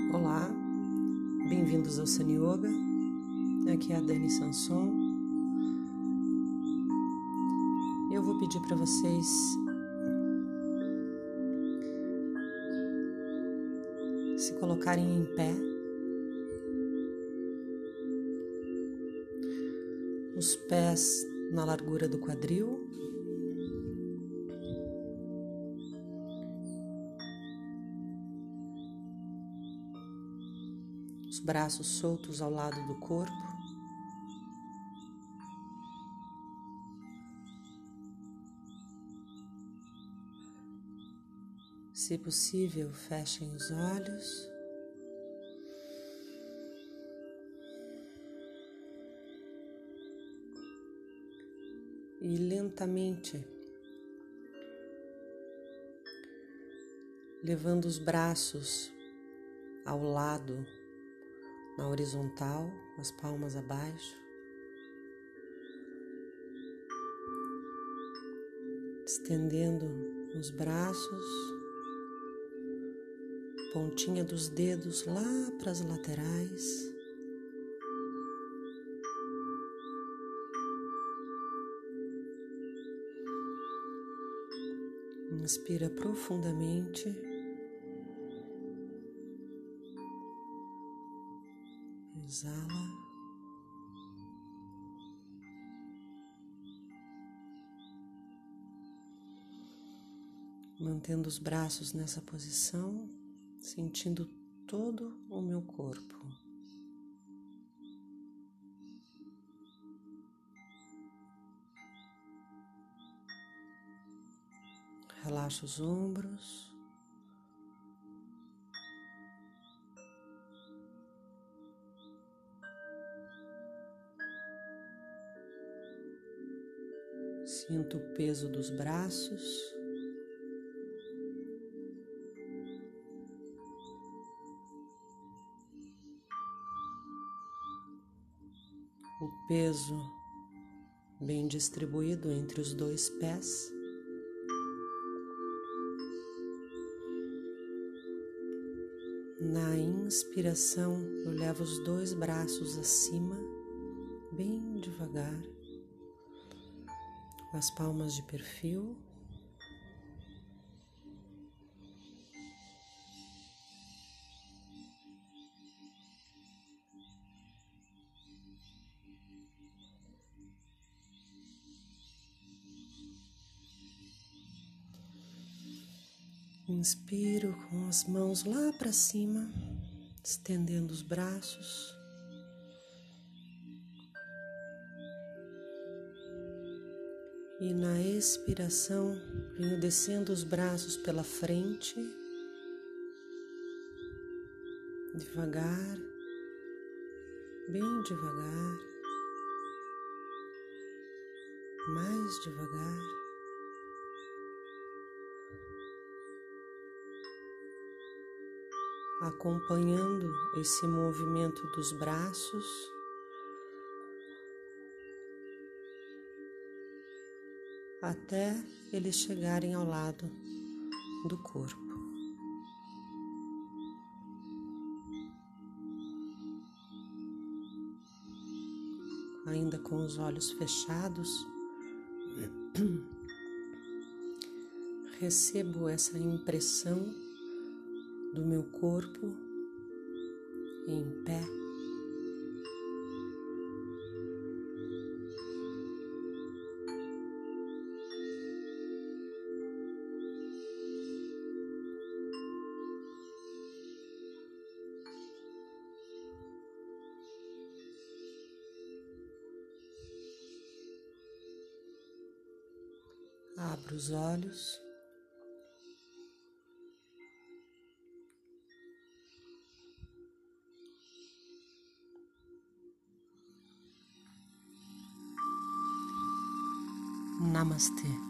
Olá, bem-vindos ao Sun Yoga. Aqui é a Dani Sanson. Eu vou pedir para vocês se colocarem em pé, os pés na largura do quadril, os braços soltos ao lado do corpo. Se possível, fechem os olhos. E lentamente, levando os braços ao lado, na horizontal, as palmas abaixo, estendendo os braços, pontinha dos dedos lá para as laterais. Inspira profundamente. Exala. Mantendo os braços nessa posição, sentindo todo o meu corpo. Relaxa os ombros. Sinto o peso dos braços. O peso bem distribuído entre os dois pés. Na inspiração, eu levo os dois braços acima, bem devagar, com as palmas de perfil. Inspiro com as mãos lá para cima, estendendo os braços. E na expiração, venho descendo os braços pela frente, devagar, bem devagar, mais devagar. Acompanhando esse movimento dos braços, até eles chegarem ao lado do corpo. Ainda com os olhos fechados, recebo essa impressão do meu corpo em pé. Abro os olhos. Namastê.